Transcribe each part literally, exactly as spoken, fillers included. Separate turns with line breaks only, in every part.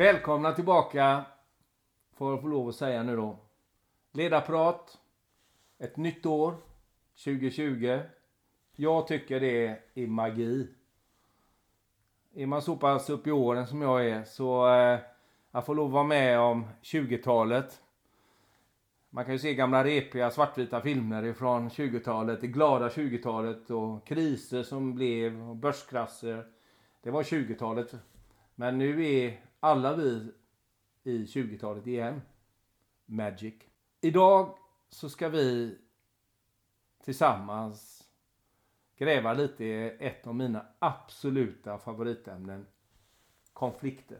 Välkomna tillbaka, får jag få lov att säga nu då. Ledarprat, ett nytt år, tjugo tjugo. Jag tycker det är magi. Är man så pass upp i åren som jag är så eh, jag får lov att vara med om tjugotalet. Man kan ju se gamla repiga svartvita filmer från tjugotalet, det glada tjugotalet och kriser som blev och börskrasser. Det var tjugotalet. Men nu är alla vi i tjugotalet igen. Magic. Idag så ska vi tillsammans gräva lite i ett av mina absoluta favoritämnen. Konflikter.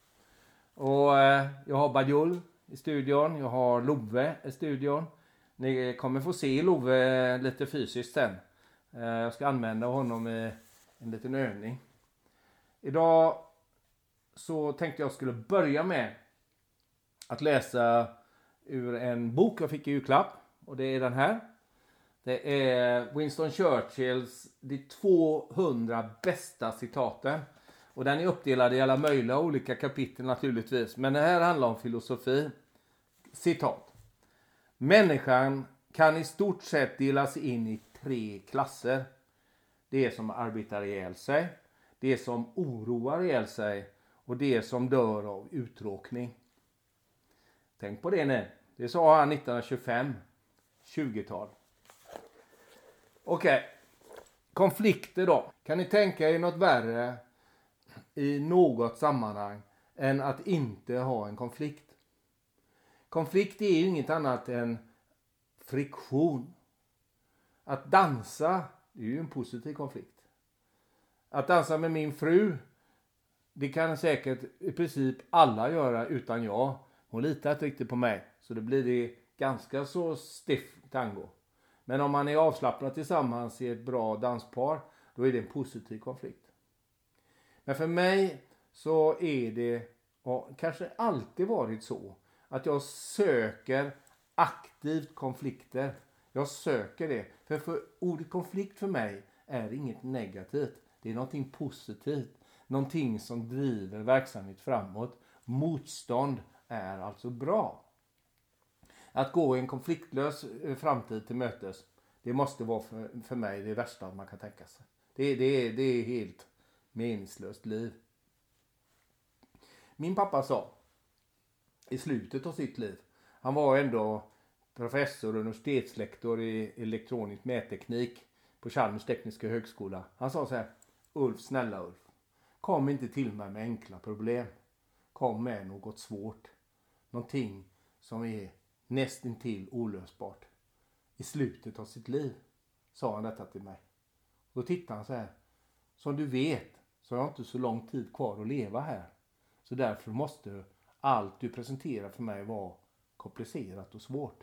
Och eh, jag har Bajul i studion. Jag har Love i studion. Ni kommer få se Love lite fysiskt sen. Eh, jag ska använda honom i en liten övning. Idag så tänkte jag skulle börja med att läsa ur en bok jag fick i julklapp. Och det är den här. Det är Winston Churchills De tvåhundra bästa citaten. Och den är uppdelad i alla möjliga olika kapitel naturligtvis. Men det här handlar om filosofi. Citat. Människan kan i stort sett delas in i tre klasser. Det som arbetar ihjäl sig. Det som oroar ihjäl sig. Och det som dör av uttråkning. Tänk på det nu. Det sa han nittonhundratjugofem. tjugotal. Okej. Okay. Konflikter då. Kan ni tänka er något värre i något sammanhang än att inte ha en konflikt? Konflikt är ju inget annat än friktion. Att dansa, det är ju en positiv konflikt. Att dansa med min fru, det kan säkert i princip alla göra utan jag. Hon litar inte riktigt på mig. Så det blir det ganska så stiff tango. Men om man är avslappnad tillsammans i ett bra danspar, då är det en positiv konflikt. Men för mig så är det, och kanske alltid varit så, att jag söker aktivt konflikter. Jag söker det. För, för ordet konflikt för mig är inget negativt. Det är någonting positivt. Någonting som driver verksamhet framåt. Motstånd är alltså bra. Att gå en konfliktlös framtid till mötes, det måste vara för, för mig det värsta man kan tänka sig. Det, det, det är helt meningslöst liv. Min pappa sa i slutet av sitt liv, han var ändå professor och universitetslektor i elektronisk mätteknik på Chalmers tekniska högskola. Han sa så här: Ulf, snälla Ulf, kom inte till mig med enkla problem. Kom med något svårt. Någonting som är nästintill olösbart. I slutet av sitt liv sa han detta till mig. Då tittade han så här: som du vet så har jag inte så lång tid kvar att leva här. Så därför måste allt du presenterar för mig vara komplicerat och svårt.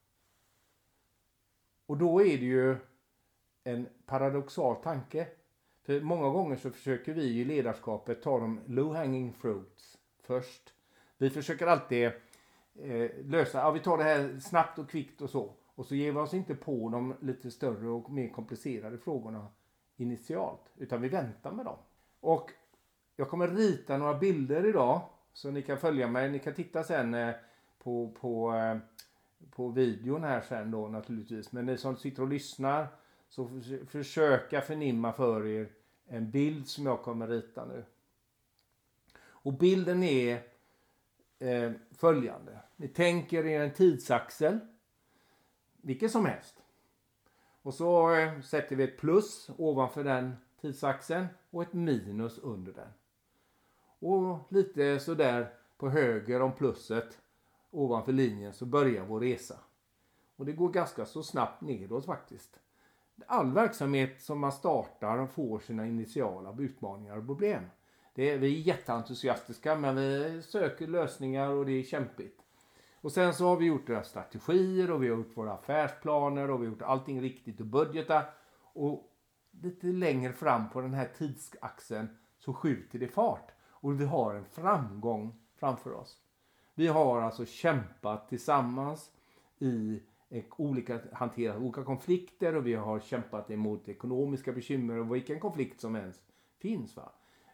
Och då är det ju en paradoxal tanke. För många gånger så försöker vi i ledarskapet ta de low hanging fruits först. Vi försöker alltid eh, lösa, ja vi tar det här snabbt och kvickt och så. Och så ger vi oss inte på de lite större och mer komplicerade frågorna initialt. Utan vi väntar med dem. Och jag kommer rita några bilder idag. Så ni kan följa mig. Ni kan titta sen eh, på, på, eh, på videon här sen då naturligtvis. Men ni som sitter och lyssnar, så för, försöka förnimma för er en bild som jag kommer rita nu. Och bilden är eh, följande. Ni tänker er en tidsaxel. Vilken som helst. Och så eh, sätter vi ett plus ovanför den tidsaxeln och ett minus under den. Och lite så där på höger om plusset ovanför linjen så börjar vår resa. Och det går ganska så snabbt nedåt faktiskt. All verksamhet som man startar får sina initiala utmaningar och problem. Det är, vi är jätteentusiastiska men vi söker lösningar och det är kämpigt. Och sen så har vi gjort våra strategier och vi har gjort våra affärsplaner och vi har gjort allting riktigt och budgeta. Och lite längre fram på den här tidsaxeln så skjuter det fart. Och vi har en framgång framför oss. Vi har alltså kämpat tillsammans i olika, hanterat olika konflikter och vi har kämpat emot ekonomiska bekymmer och vilken konflikt som helst finns va.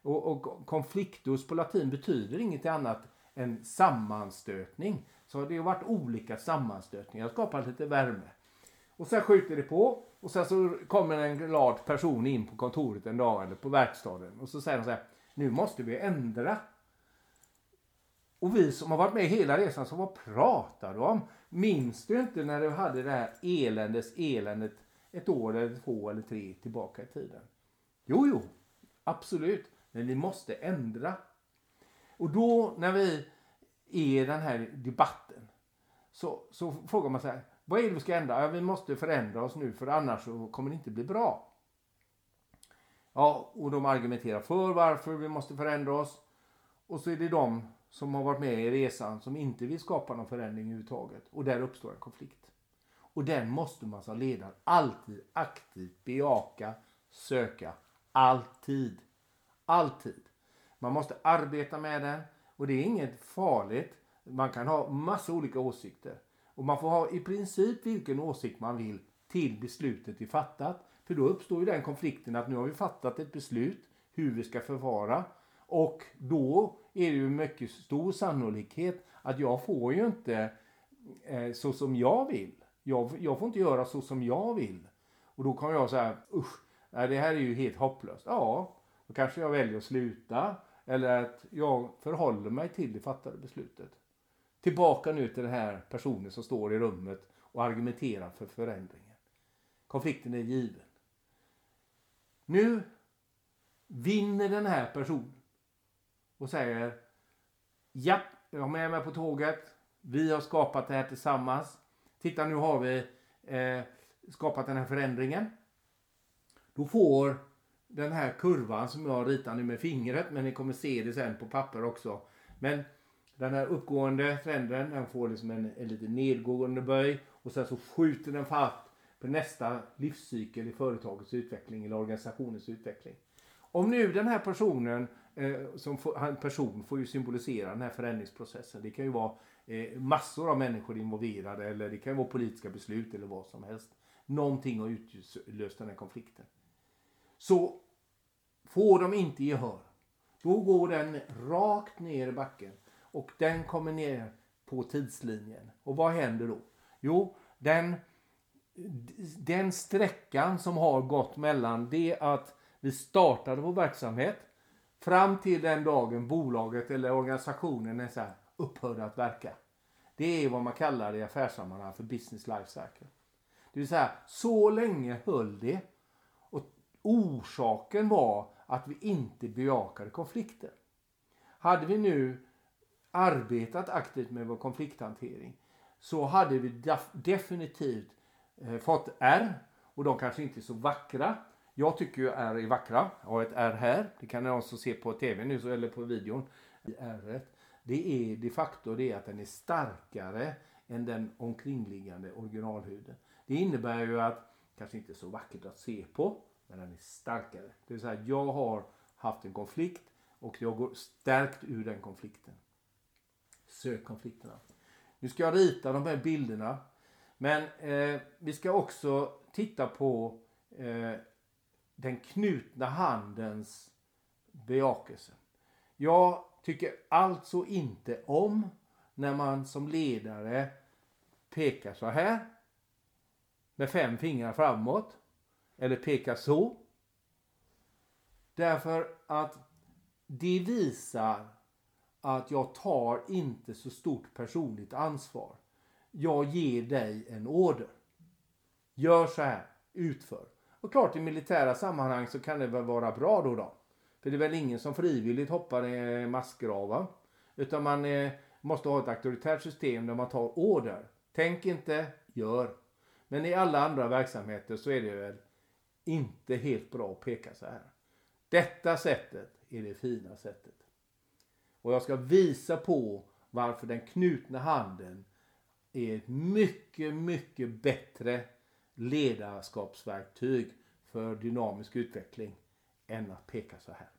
Och, och konfliktus på latin betyder inget annat än sammanstötning. Så det har varit olika sammanstötningar. Skapat lite värme. Och sen skjuter det på. Och sen så kommer en glad person in på kontoret en dag eller på verkstaden. Och så säger de så här, nu måste vi ändra. Och vi som har varit med hela resan, så vad pratar du om? Minns du inte när du hade det här eländes eländet ett år eller två eller tre tillbaka i tiden? Jo, jo, absolut. Men vi måste ändra. Och då när vi är i den här debatten så, så frågar man så här, vad är det vi ska ändra? Ja, vi måste förändra oss nu, för annars så kommer det inte bli bra. Ja, och de argumenterar för varför vi måste förändra oss. Och så är det de som har varit med i resan som inte vill skapa någon förändring överhuvudtaget. Och där uppstår en konflikt. Och den måste man som ledare alltid aktivt bejaka, söka. Alltid. Alltid. Man måste arbeta med den. Och det är inget farligt. Man kan ha massa olika åsikter. Och man får ha i princip vilken åsikt man vill till beslutet är fattat. För då uppstår ju den konflikten att nu har vi fattat ett beslut hur vi ska förvara. Och då är det ju mycket stor sannolikhet att jag får ju inte eh, så som jag vill. Jag, jag får inte göra så som jag vill. Och då kan jag säga, usch, det här är ju helt hopplöst. Ja, då kanske jag väljer att sluta. Eller att jag förhåller mig till det fattade beslutet. Tillbaka nu till den här personen som står i rummet och argumenterar för förändringen. Konflikten är given. Nu vinner den här personen och säger, ja, jag har med mig på tåget. Vi har skapat det här tillsammans. Titta, nu har vi eh, skapat den här förändringen. Då får den här kurvan som jag ritar nu med fingret, men ni kommer se det sen på papper också. Men den här uppgående trenden, den får liksom en, en lite nedgående böj och sen så skjuter den fatt på nästa livscykel i företagets utveckling eller organisationens utveckling. Om nu den här personen, eh, som får, en person får ju symbolisera den här förändringsprocessen. Det kan ju vara eh, massor av människor involverade, eller det kan ju vara politiska beslut eller vad som helst. Någonting har utlöst den här konflikten. Så får de inte gehör, då går den rakt ner i backen och den kommer ner på tidslinjen. Och vad händer då? Jo, den, den sträckan som har gått mellan det att vi startade vår verksamhet fram till den dagen bolaget eller organisationen är så här upphörde att verka. Det är vad man kallar i affärssammanhang för business life cycle. Det vill säga, så länge höll det. Och orsaken var att vi inte bejakade konflikter. Hade vi nu arbetat aktivt med vår konflikthantering så hade vi def- definitivt eh, fått R. Och de kanske inte är så vackra. Jag tycker ju R är vackra. Jag har ett R här. Det kan ni också se på tv nu så, eller på videon. I R. Det är de facto det att den är starkare än den omkringliggande originalhuden. Det innebär ju att, kanske inte så vackert att se på, men den är starkare. Det vill säga, jag har haft en konflikt och jag går stärkt ur den konflikten. Sök konflikterna. Nu ska jag rita de här bilderna. Men eh, vi ska också titta på eh, den knutna handens bejakelse. Jag tycker alltså inte om när man som ledare pekar så här med fem fingrar framåt eller pekar så. Därför att det visar att jag tar inte så stort personligt ansvar. Jag ger dig en order. Gör så här, utför. Och klart i militära sammanhang så kan det väl vara bra då då. För det är väl ingen som frivilligt hoppar i massgravar. Utan man eh, måste ha ett auktoritärt system där man tar order. Tänk inte, gör. Men i alla andra verksamheter så är det väl inte helt bra att peka så här. Detta sättet är det fina sättet. Och jag ska visa på varför den knutna handen är ett mycket, mycket bättre ledarskapsverktyg för dynamisk utveckling än att peka så här.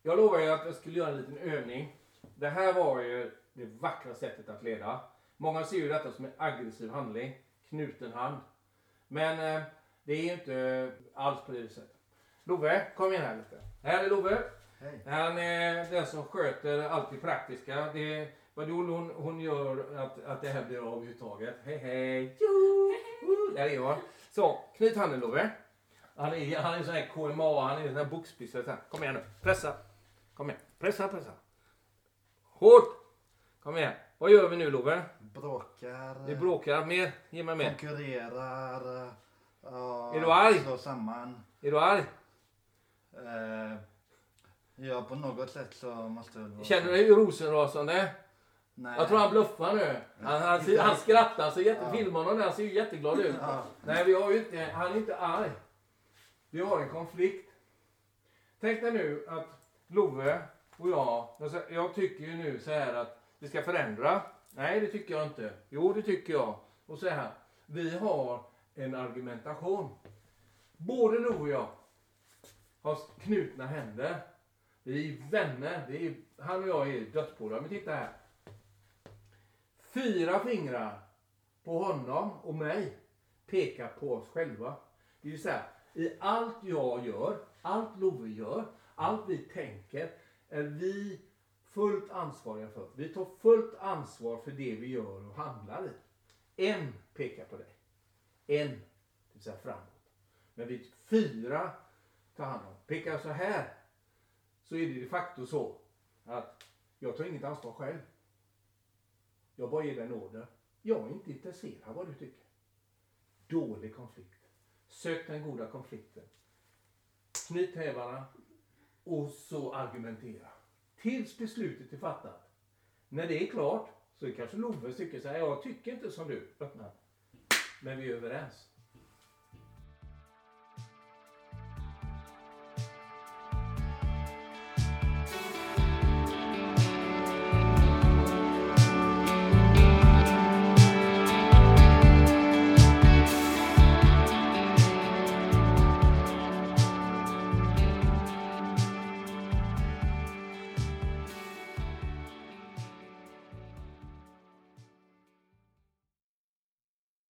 Jag lovade ju att jag skulle göra en liten övning. Det här var ju det vackra sättet att leda. Många ser ju detta som en aggressiv handling. Knuten hand. Men eh, det är ju inte alls på det sättet. Love, kom igen här lite. Här är Love.
Hej.
Han är den som sköter allt det praktiska. Det är vad hon, hon gör att, att det här blir av överhuvudtaget. Hej hej. Jo. Där är jag. Så, knyt handen Love. Han är, han är en sån här K M A, han är en sån här boxspissare. Kom igen nu, pressa. Kom igen, pressa, pressa. Hårt. Kom igen. Vad gör vi nu Love?
Bråkar.
Vi bråkar mer, ge mig mer.
Konkurrerar. Uh,
Är du arg?
Slår samman.
Är du arg?
Uh, ja, på något sätt så måste det vara.
Känner du dig rosenrasande?
Nej.
Jag tror han bluffar nu. Han, han, han, han skrattar, så jättefilm honom där, han ser ju jätteglad ut.
Ja.
Nej, vi har ju inte, han är inte arg. Vi har en konflikt. Tänk dig nu att Love och jag, alltså, jag tycker ju nu så här att vi ska förändra. Nej, det tycker jag inte. Jo, det tycker jag. Och så här, vi har en argumentation. Både Love och jag har knutna händer. Vi är vänner. Vi är, han och jag är dödspolare. Men titta här. Fyra fingrar på honom och mig pekar på oss själva. Det är ju så här, i allt jag gör, allt Love gör, allt vi tänker är vi fullt ansvariga för. Vi tar fullt ansvar för det vi gör och handlar i. En pekar på dig. En, det vill säga framåt. Men vi fyra tar hand om. Pekar så här, så är det de facto så att jag tar inget ansvar själv. Jag bara ger den order. Jag är inte intresserad av vad du tycker. Dålig konflikt. Sök den goda konflikten. Knyt hävarna och så argumentera. Tills beslutet är fattat. När det är klart så är kanske Love tycker så här, jag tycker inte som du. Öppna. Men vi är överens.